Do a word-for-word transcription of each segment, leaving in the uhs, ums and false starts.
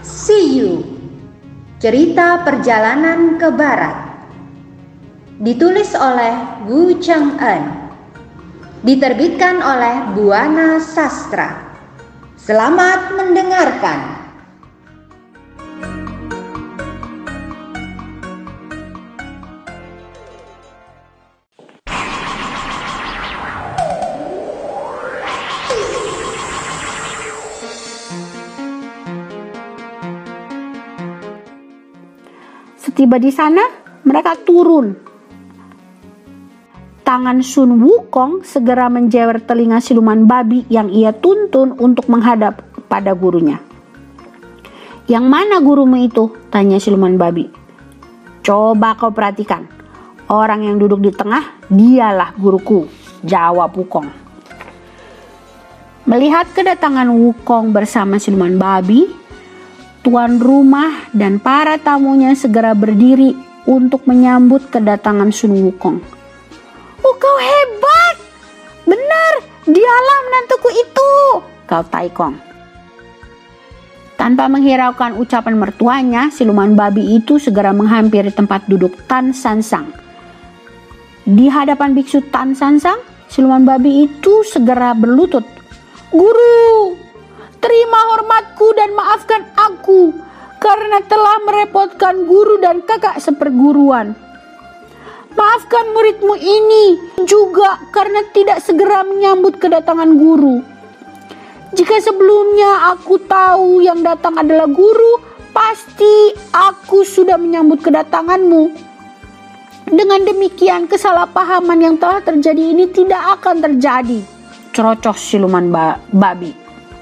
See You, cerita perjalanan ke barat. Ditulis oleh Wu Cheng-en. Diterbitkan oleh Buana Sastra. Selamat mendengarkan. Setiba di sana, mereka turun. Tangan Sun Wukong segera menjewer telinga siluman babi yang ia tuntun untuk menghadap pada gurunya. "Yang mana gurumu itu?" tanya siluman babi. "Coba kau perhatikan. Orang yang duduk di tengah, dialah guruku," jawab Wukong. Melihat kedatangan Wukong bersama siluman babi, tuan rumah dan para tamunya segera berdiri untuk menyambut kedatangan Sun Wukong. "Oh, kau hebat! Benar, dialah menantuku itu," kau Taikong. Tanpa menghiraukan ucapan mertuanya, siluman babi itu segera menghampiri tempat duduk Tan Sansang. Di hadapan biksu Tan Sansang, siluman babi itu segera berlutut. "Guru, terima hormatku dan maafkan aku karena telah merepotkan guru dan kakak seperguruan. Maafkan muridmu ini juga karena tidak segera menyambut kedatangan guru. Jika sebelumnya aku tahu yang datang adalah guru, pasti aku sudah menyambut kedatanganmu. Dengan demikian kesalahpahaman yang telah terjadi ini tidak akan terjadi," cerocos siluman ba- babi.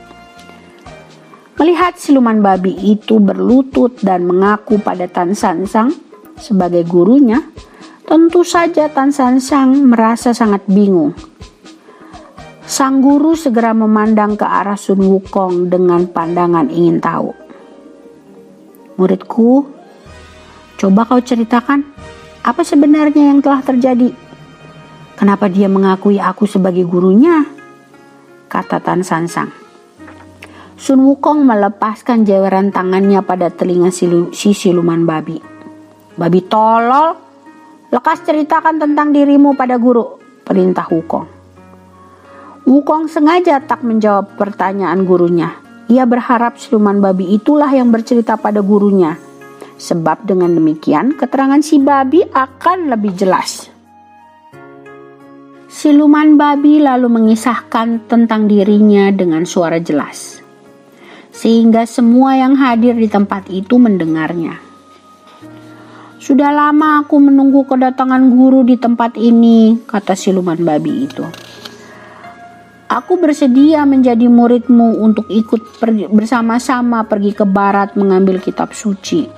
Melihat siluman babi itu berlutut dan mengaku pada Tan Sansang sebagai gurunya, tentu saja Tan Sansang merasa sangat bingung. Sang guru segera memandang ke arah Sun Wukong dengan pandangan ingin tahu. "Muridku, coba kau ceritakan apa sebenarnya yang telah terjadi. Kenapa dia mengakui aku sebagai gurunya?" kata Tan Sansang. Sun Wukong melepaskan jeweran tangannya pada telinga silu, si siluman babi. "Babi tolol, lekas ceritakan tentang dirimu pada guru," perintah Wukong. Wukong sengaja tak menjawab pertanyaan gurunya. Ia berharap siluman babi itulah yang bercerita pada gurunya, sebab dengan demikian keterangan si babi akan lebih jelas. Siluman babi lalu mengisahkan tentang dirinya dengan suara jelas, sehingga semua yang hadir di tempat itu mendengarnya. "Sudah lama aku menunggu kedatangan guru di tempat ini," kata siluman babi itu. "Aku bersedia menjadi muridmu untuk ikut pergi, bersama-sama pergi ke barat mengambil kitab suci."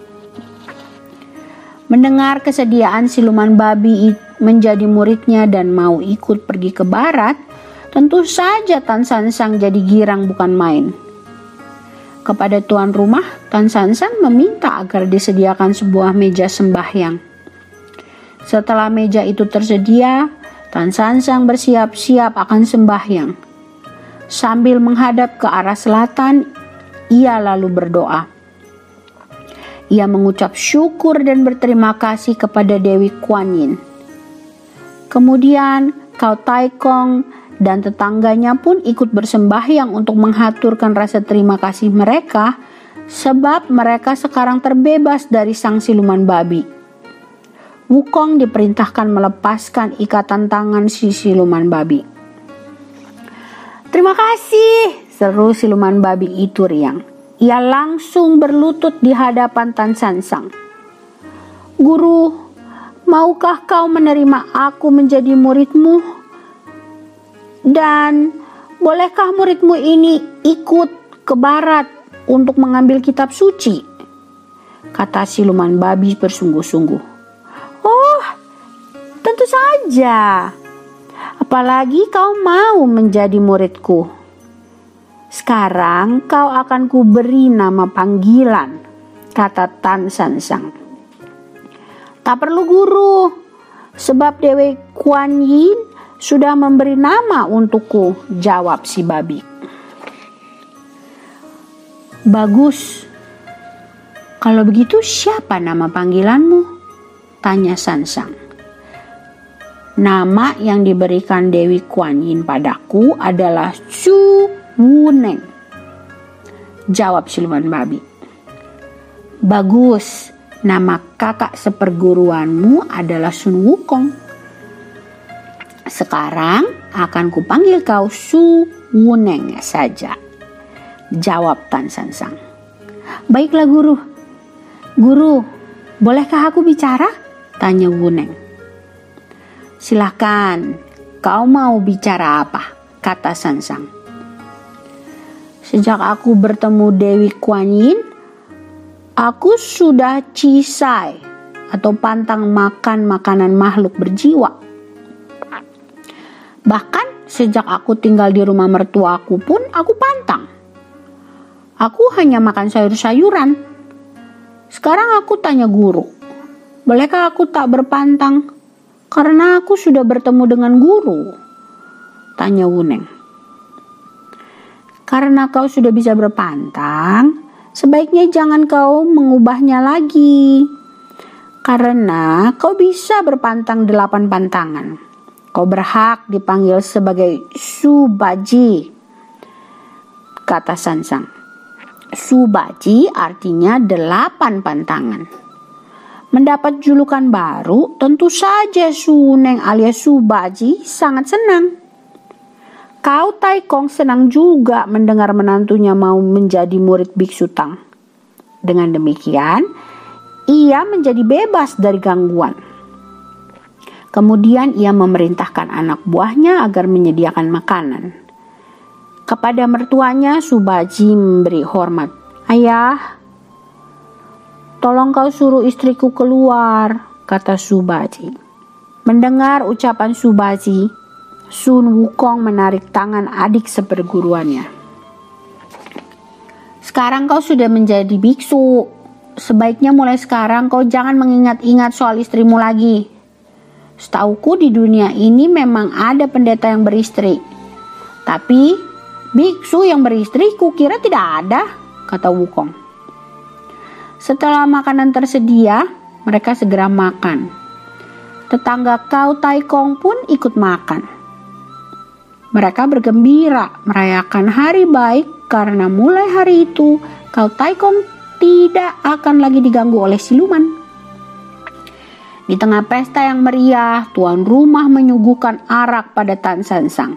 Mendengar kesediaan siluman babi menjadi muridnya dan mau ikut pergi ke barat, tentu saja Tan Sansang jadi girang bukan main. Kepada tuan rumah, Tan Sansang meminta agar disediakan sebuah meja sembahyang. Setelah meja itu tersedia, Tan Sansang bersiap-siap akan sembahyang. Sambil menghadap ke arah selatan, ia lalu berdoa. Ia mengucap syukur dan berterima kasih kepada Dewi Kuan Yin. Kemudian, Kau Taikong dan tetangganya pun ikut bersembahyang untuk menghaturkan rasa terima kasih mereka, sebab mereka sekarang terbebas dari sang siluman babi. Wukong diperintahkan melepaskan ikatan tangan si siluman babi. "Terima kasih," seru siluman babi itu riang. Ia langsung berlutut di hadapan Tan Sansang. "Guru, maukah kau menerima aku menjadi muridmu? Dan bolehkah muridmu ini ikut ke barat untuk mengambil kitab suci?" kata siluman babi bersungguh-sungguh. "Oh, tentu saja. Apalagi kau mau menjadi muridku. Sekarang kau akan kuberi nama panggilan," kata Tan Sansang. "Tak perlu guru, sebab Dewi Kuan Yin sudah memberi nama untukku," jawab si babi. "Bagus," Kalau begitu siapa nama panggilanmu? Tanya Sansang. Nama yang diberikan Dewi Kuan Yin padaku adalah Su Wuneng, jawab siluman babi. Bagus, nama kakak seperguruanmu adalah Sun Wukong. Sekarang akan kupanggil kau Su Wuneng saja, jawab Tan Sansang. Baiklah guru. Guru, bolehkah aku bicara? Tanya Wuneng. Silahkan, kau mau bicara apa? Kata Sansang. Sejak aku bertemu Dewi Kuan Yin, aku sudah cisai atau pantang makan makanan makhluk berjiwa. Bahkan sejak aku tinggal di rumah mertuaku pun aku pantang. Aku hanya makan sayur-sayuran. Sekarang aku tanya guru, bolehkah aku tak berpantang? Karena aku sudah bertemu dengan guru, tanya Wuneng. Karena kau sudah bisa berpantang, sebaiknya jangan kau mengubahnya lagi. Karena kau bisa berpantang delapan pantangan. Kau berhak dipanggil sebagai Subaji, kata Sansang. Subaji artinya delapan pantangan. Mendapat julukan baru, tentu saja Suneng alias Subaji sangat senang. Kau Tai Kong senang juga mendengar menantunya mau menjadi murid Biksu Tang. Dengan demikian, ia menjadi bebas dari gangguan. Kemudian ia memerintahkan anak buahnya agar menyediakan makanan. Kepada mertuanya, Subaji memberi hormat. Ayah, tolong kau suruh istriku keluar, kata Subaji. Mendengar ucapan Subaji, Sun Wukong menarik tangan adik seperguruannya. Sekarang kau sudah menjadi biksu. Sebaiknya mulai sekarang kau jangan mengingat-ingat soal istrimu lagi. Setauku di dunia ini memang ada pendeta yang beristri. Tapi biksu yang beristri kukira tidak ada, kata Wukong. Setelah makanan tersedia, mereka segera makan. Tetangga kau Tai Kong pun ikut makan. Mereka bergembira merayakan hari baik karena mulai hari itu kau Tai Kong tidak akan lagi diganggu oleh siluman. Di tengah pesta yang meriah, tuan rumah menyuguhkan arak pada Tan Sansang.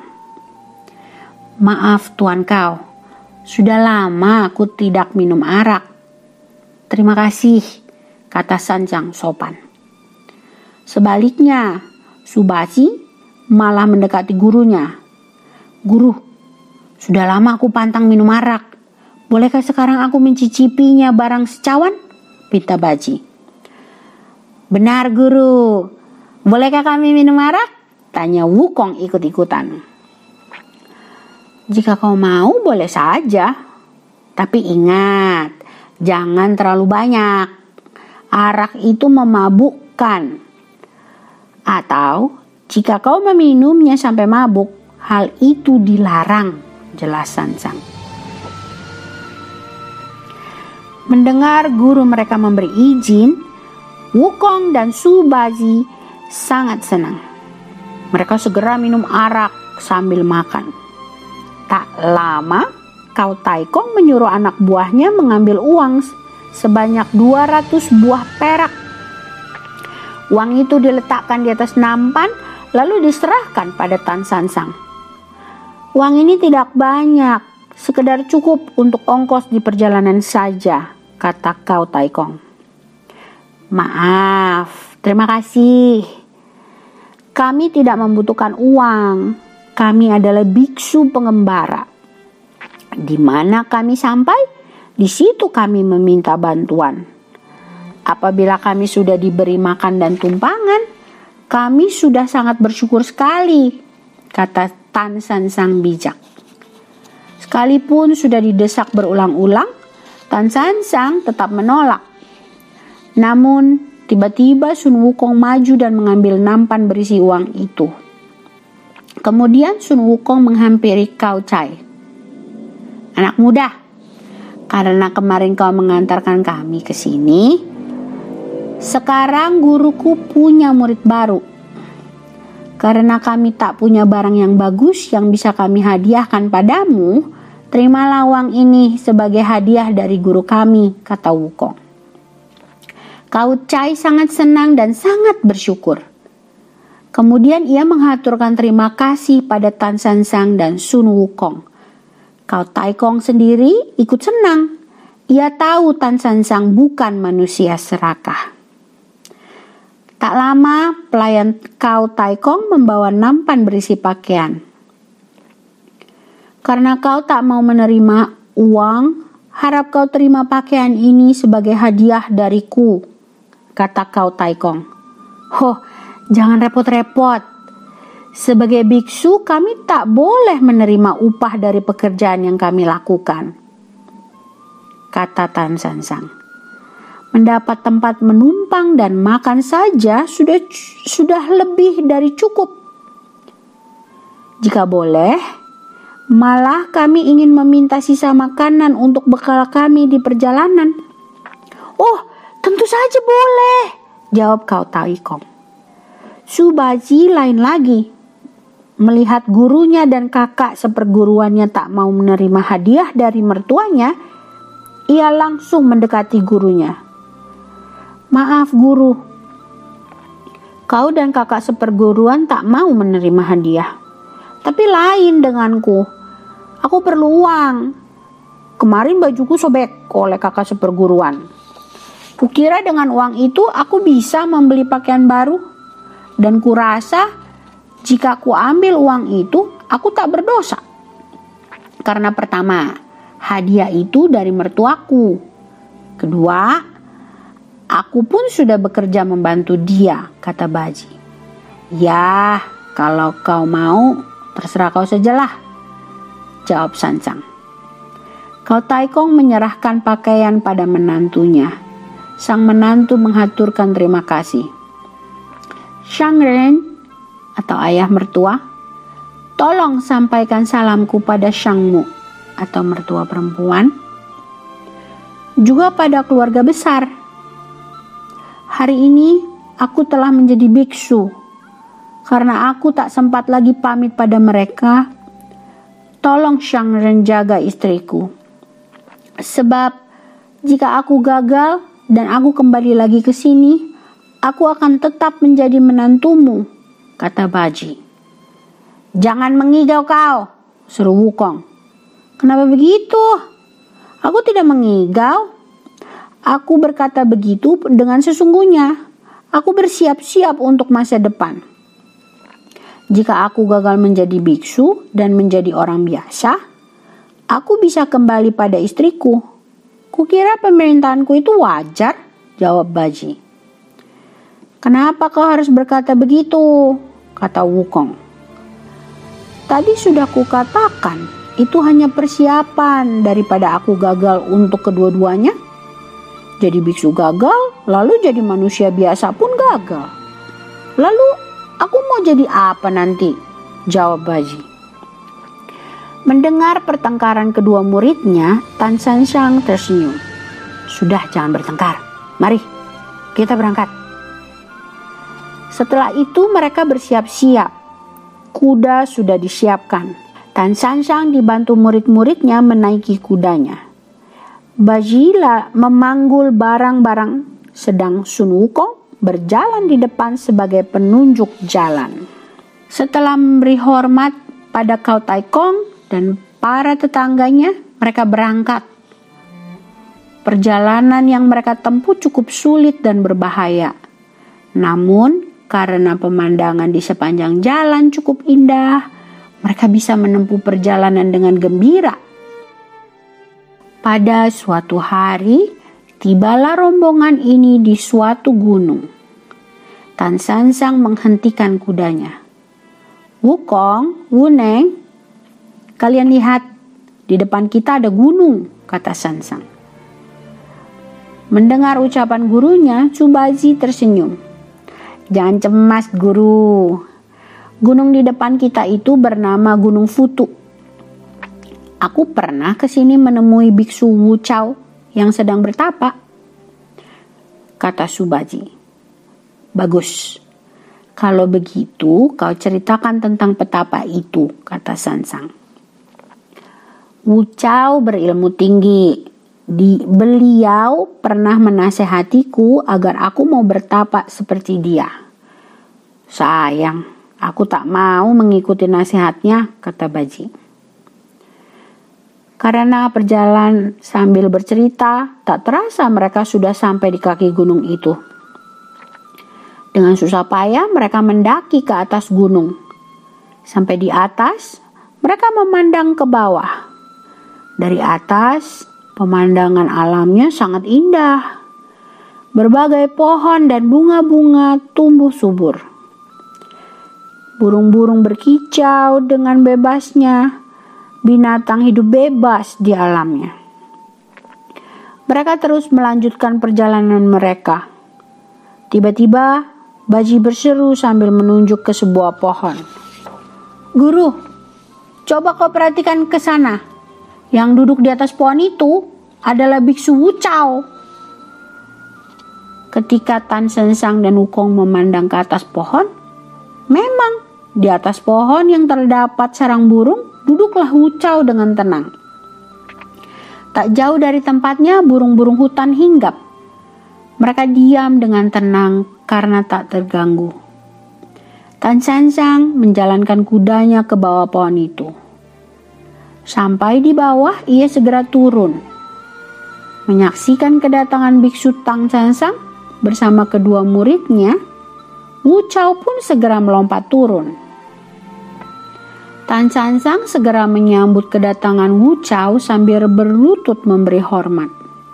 Maaf tuan kau, sudah lama aku tidak minum arak. Terima kasih, kata Sansang sopan. Sebaliknya, Subaji malah mendekati gurunya. Guru, sudah lama aku pantang minum arak. Bolehkah sekarang aku mencicipinya barang secawan? Pinta Baji. Benar guru, bolehkah kami minum arak? Tanya Wukong ikut-ikutan. Jika kau mau boleh saja. Tapi ingat, jangan terlalu banyak. Arak itu memabukkan. Atau jika kau meminumnya sampai mabuk, hal itu dilarang, jelas Sansang. Mendengar guru mereka memberi izin, Wukong dan Subaji sangat senang. Mereka segera minum arak sambil makan. Tak lama, kau Tai Kong menyuruh anak buahnya mengambil uang sebanyak dua ratus buah perak. Uang itu diletakkan di atas nampan lalu diserahkan pada Tan Sansang. Uang ini tidak banyak, sekedar cukup untuk ongkos di perjalanan saja, kata kau Tai Kong. Maaf, terima kasih. Kami tidak membutuhkan uang. Kami adalah biksu pengembara. Di mana kami sampai, di situ kami meminta bantuan. Apabila kami sudah diberi makan dan tumpangan, kami sudah sangat bersyukur sekali, kata Tan Sansang bijak. Sekalipun sudah didesak berulang-ulang, Tan Sansang tetap menolak. Namun, tiba-tiba Sun Wukong maju dan mengambil nampan berisi uang itu. Kemudian Sun Wukong menghampiri Cao Cai. Anak muda, Karena kemarin kau mengantarkan kami ke sini, sekarang guruku punya murid baru. Karena kami tak punya barang yang bagus yang bisa kami hadiahkan padamu, terimalah uang ini sebagai hadiah dari guru kami, kata Wukong. Kau Cai sangat senang dan sangat bersyukur. Kemudian ia mengaturkan terima kasih pada Tan San Sang dan Sun Wukong. Kau Tai Kong sendiri ikut senang. Ia tahu Tan San Sang bukan manusia serakah. Tak lama pelayan Kau Tai Kong membawa nampan berisi pakaian. Karena kau tak mau menerima uang, harap kau terima pakaian ini sebagai hadiah dariku, kata Kau Tai Kong. Hoh, jangan repot-repot. Sebagai biksu kami tak boleh menerima upah dari pekerjaan yang kami lakukan, kata Tan San Sang. Mendapat tempat menumpang dan makan saja sudah sudah lebih dari cukup. Jika boleh, malah kami ingin meminta sisa makanan untuk bekal kami di perjalanan. Oh, tentu saja boleh, jawab Kau Tai Kong. Su Baji lain lagi. Melihat gurunya dan kakak seperguruannya tak mau menerima hadiah dari mertuanya, ia langsung mendekati gurunya. Maaf guru, kau dan kakak seperguruan tak mau menerima hadiah. Tapi lain denganku, aku perlu uang. Kemarin bajuku sobek oleh kakak seperguruan. Kukira dengan uang itu aku bisa membeli pakaian baru. Dan kurasa jika aku ambil uang itu, aku tak berdosa. Karena pertama, hadiah itu dari mertuaku. Kedua, aku pun sudah bekerja membantu dia, kata Baji. Ya, kalau kau mau, terserah kau sajalah, jawab San Sang. Kau Tai Kong menyerahkan pakaian pada menantunya. Sang menantu menghaturkan terima kasih. Shang Ren, atau ayah mertua, tolong sampaikan salamku pada Shang Mu, atau mertua perempuan, juga pada keluarga besar. Hari ini aku telah menjadi biksu. Karena aku tak sempat lagi pamit pada mereka, tolong Shang Ren jaga istriku. Sebab jika aku gagal dan aku kembali lagi ke sini, aku akan tetap menjadi menantumu, kata Baji. Jangan mengigau kau, seru Wukong. Kenapa begitu? Aku tidak mengigau. Aku berkata begitu dengan sesungguhnya. Aku bersiap-siap untuk masa depan. Jika aku gagal menjadi biksu dan menjadi orang biasa, aku bisa kembali pada istriku. Kukira pemerintahanku itu wajar, jawab Baji. Kenapa kau harus berkata begitu? Kata Wukong. Tadi sudah kukatakan, itu hanya persiapan daripada aku gagal untuk kedua-duanya. Jadi biksu gagal, lalu jadi manusia biasa pun gagal. Lalu aku mau jadi apa nanti? Jawab Baji. Mendengar pertengkaran kedua muridnya, Tan San Sang tersenyum. Sudah, jangan bertengkar. Mari, kita berangkat. Setelah itu mereka bersiap-siap. Kuda sudah disiapkan. Tan San Sang dibantu murid-muridnya menaiki kudanya. Baji memanggul barang-barang, sedang Sun Wukong berjalan di depan sebagai penunjuk jalan. Setelah memberi hormat pada Kau Tai Kong dan para tetangganya, mereka berangkat. Perjalanan yang mereka tempuh cukup sulit dan berbahaya. Namun, karena pemandangan di sepanjang jalan cukup indah, mereka bisa menempuh perjalanan dengan gembira. Pada suatu hari, tibalah rombongan ini di suatu gunung. Tan San Sang menghentikan kudanya. Wukong, Wuneng, kalian lihat, di depan kita ada gunung, kata San Sang. Mendengar ucapan gurunya, Su Baji tersenyum. Jangan cemas guru. Gunung di depan kita itu bernama Gunung Futu. Aku pernah ke sini menemui biksu Wu Chao yang sedang bertapa, kata Subaji. Bagus. Kalau begitu, kau ceritakan tentang petapa itu, kata Sansang. Wu Chao berilmu tinggi. Di, beliau pernah menasehatiku agar aku mau bertapa seperti dia. Sayang, aku tak mau mengikuti nasihatnya, kata Baji. Karena perjalanan sambil bercerita, tak terasa mereka sudah sampai di kaki gunung itu. Dengan susah payah mereka mendaki ke atas gunung. Sampai di atas, mereka memandang ke bawah. Dari atas, pemandangan alamnya sangat indah. Berbagai pohon dan bunga-bunga tumbuh subur. Burung-burung berkicau dengan bebasnya. Binatang hidup bebas di alamnya. Mereka terus melanjutkan perjalanan mereka. Tiba-tiba, Baji berseru sambil menunjuk ke sebuah pohon. Guru, coba kau perhatikan ke sana. Yang duduk di atas pohon itu adalah biksu Wu Chao. Ketika Tan Sensang dan Wukong memandang ke atas pohon, memang di atas pohon yang terdapat sarang burung, duduklah Wu Chao dengan tenang. Tak jauh dari tempatnya burung-burung hutan hinggap. Mereka diam dengan tenang karena tak terganggu. Tan Sensang menjalankan kudanya ke bawah pohon itu. Sampai di bawah, ia segera turun. Menyaksikan kedatangan biksu Tan Sensang bersama kedua muridnya, Wu Chao pun segera melompat turun. Tan Sensang segera menyambut kedatangan Wu Chao sambil berlutut memberi hormat.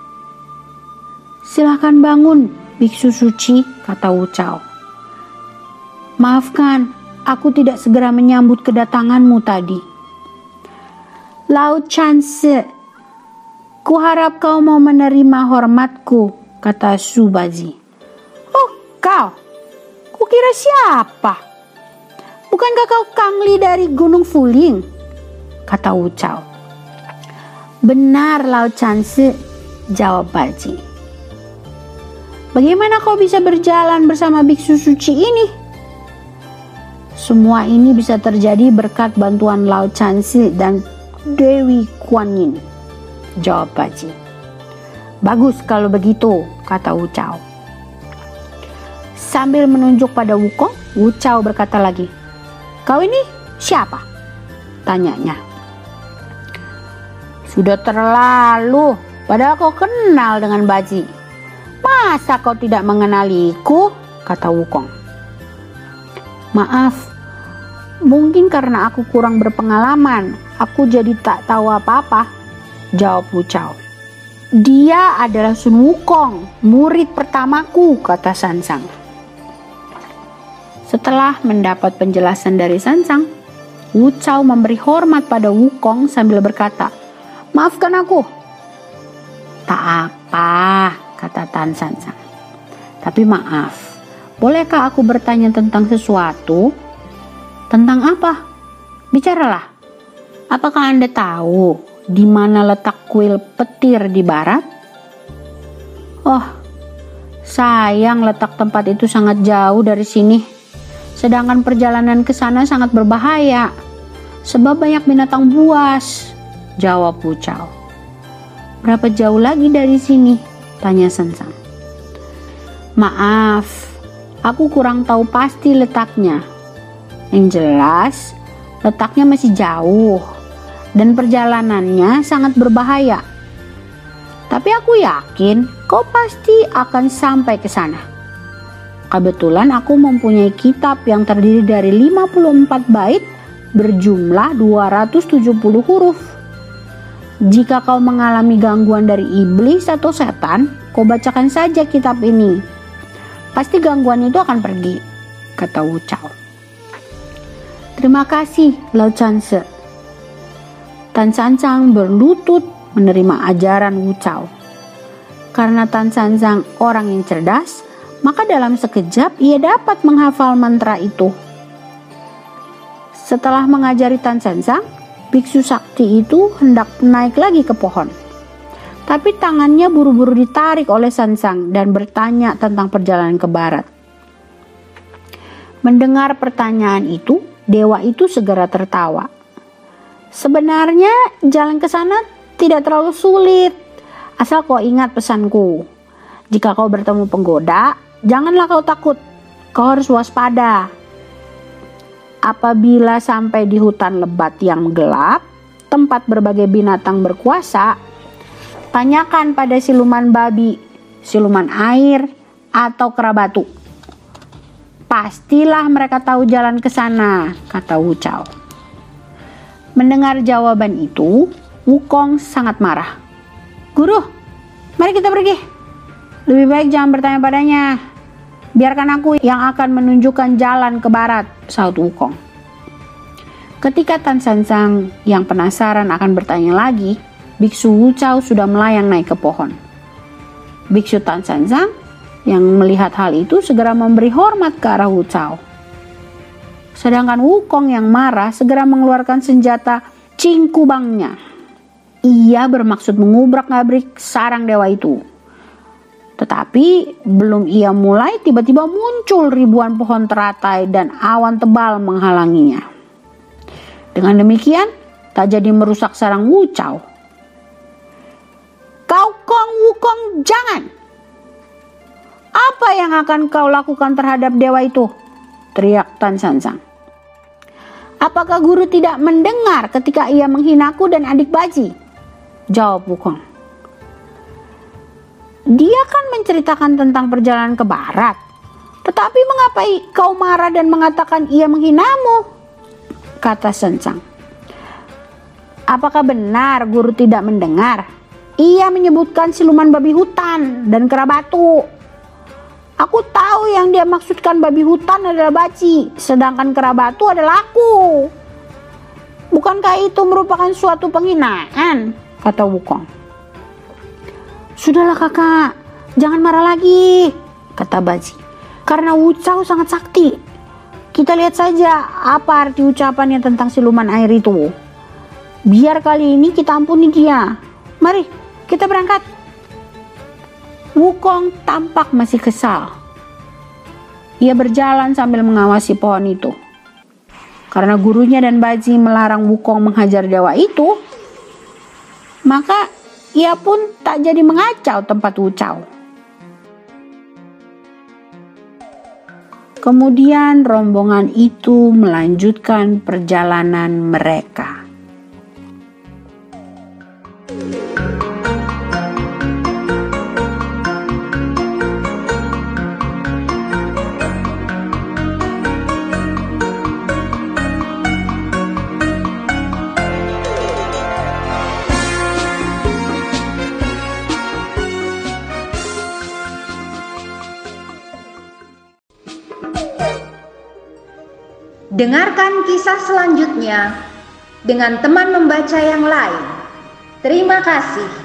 Silakan bangun, biksu suci, kata Wu Chao. Maafkan, aku tidak segera menyambut kedatanganmu tadi. Lao Chanse, kuharap kau mau menerima hormatku, kata Subaji. Oh, kau? Kukira siapa? Bukankah kau Kangli dari Gunung Fuling? Kata Wu Chao. Benar, Lao Chanse, jawab Baji. Bagaimana kau bisa berjalan bersama biksu suci ini? Semua ini bisa terjadi berkat bantuan Lao Chansi dan Dewi Kuan Yin, jawab Baji. Bagus kalau begitu, kata Wu Chao. Sambil menunjuk pada Wukong, Wu Chao berkata lagi, kau ini siapa? Tanyanya. Sudah terlalu, padahal kau kenal dengan Baji. Masa kau tidak mengenaliku? Kata Wukong. Maaf, mungkin karena aku kurang berpengalaman, aku jadi tak tahu apa-apa, jawab Wu Chao. Dia adalah Sun Wukong, murid pertamaku, kata Sansang. Setelah mendapat penjelasan dari Sansang, Wu Chao memberi hormat pada Wukong sambil berkata, maafkan aku. Tak apa, kata Tan Sensang. Tapi maaf, bolehkah aku bertanya tentang sesuatu? Tentang apa? Bicaralah. Apakah Anda tahu di mana letak kuil petir di barat? Oh, sayang letak tempat itu sangat jauh dari sini. Sedangkan perjalanan ke sana sangat berbahaya. Sebab banyak binatang buas, jawab Wu Chao. Berapa jauh lagi dari sini? Tanya Sansang. Maaf, aku kurang tahu pasti letaknya. Yang jelas, letaknya masih jauh dan perjalanannya sangat berbahaya. Tapi aku yakin kau pasti akan sampai ke sana. Kebetulan aku mempunyai kitab yang terdiri dari lima puluh empat bait berjumlah dua ratus tujuh puluh huruf. Jika kau mengalami gangguan dari iblis atau setan, kau bacakan saja kitab ini. Pasti gangguan itu akan pergi, kata Wu Chao. Terima kasih, Lao Chanse. Tan Sensang berlutut menerima ajaran Wu Chao. Karena Tan Sensang orang yang cerdas, maka dalam sekejap ia dapat menghafal mantra itu. Setelah mengajari Tan Sensang, Biksu sakti itu hendak naik lagi ke pohon. Tapi tangannya buru-buru ditarik oleh Sansang dan bertanya tentang perjalanan ke barat. Mendengar pertanyaan itu, dewa itu segera tertawa. Sebenarnya jalan ke sana tidak terlalu sulit, asal kau ingat pesanku. Jika kau bertemu penggoda, janganlah kau takut, kau harus waspada. Apabila sampai di hutan lebat yang gelap, tempat berbagai binatang berkuasa, tanyakan pada siluman babi, siluman air, atau kera batu. Pastilah mereka tahu jalan ke sana, kata Wu Chao. Mendengar jawaban itu, Wukong sangat marah. Guru, mari kita pergi. Lebih baik jangan bertanya padanya. Biarkan aku yang akan menunjukkan jalan ke barat, sahut Wukong. Ketika Tan Sansang yang penasaran akan bertanya lagi, Biksu Wu Chao sudah melayang naik ke pohon. Biksu Tan Sansang yang melihat hal itu segera memberi hormat ke arah Wu Chao. Sedangkan Wukong yang marah segera mengeluarkan senjata cingkubangnya. Ia bermaksud mengubrak-ngabrik sarang dewa itu. Tetapi belum ia mulai, tiba-tiba muncul ribuan pohon teratai dan awan tebal menghalanginya. Dengan demikian, tak jadi merusak sarang Wu Chao. Kau Kong Wukong, jangan! Apa yang akan kau lakukan terhadap dewa itu? Teriak Tan Sansang. Apakah guru tidak mendengar ketika ia menghinaku dan adik Baji? Jawab Wukong. Dia kan menceritakan tentang perjalanan ke barat. Tetapi mengapa kau marah dan mengatakan ia menghinamu? Kata Sansang. Apakah benar guru tidak mendengar? Ia menyebutkan siluman babi hutan dan kera batu. Aku tahu yang dia maksudkan babi hutan adalah Baci, sedangkan kera batu adalah aku. Bukankah itu merupakan suatu penghinaan? Kata Wukong. Sudahlah kakak, jangan marah lagi, kata Baji. Karena Wu Chao sangat sakti. Kita lihat saja apa arti ucapannya tentang siluman air itu. Biar kali ini kita ampuni dia. Mari, kita berangkat. Wukong tampak masih kesal. Ia berjalan sambil mengawasi pohon itu. Karena gurunya dan Baji melarang Wukong menghajar dewa itu, maka ia pun tak jadi mengacau tempat Wu Chao. Kemudian rombongan itu melanjutkan perjalanan mereka. Dengarkan kisah selanjutnya dengan teman membaca yang lain. Terima kasih.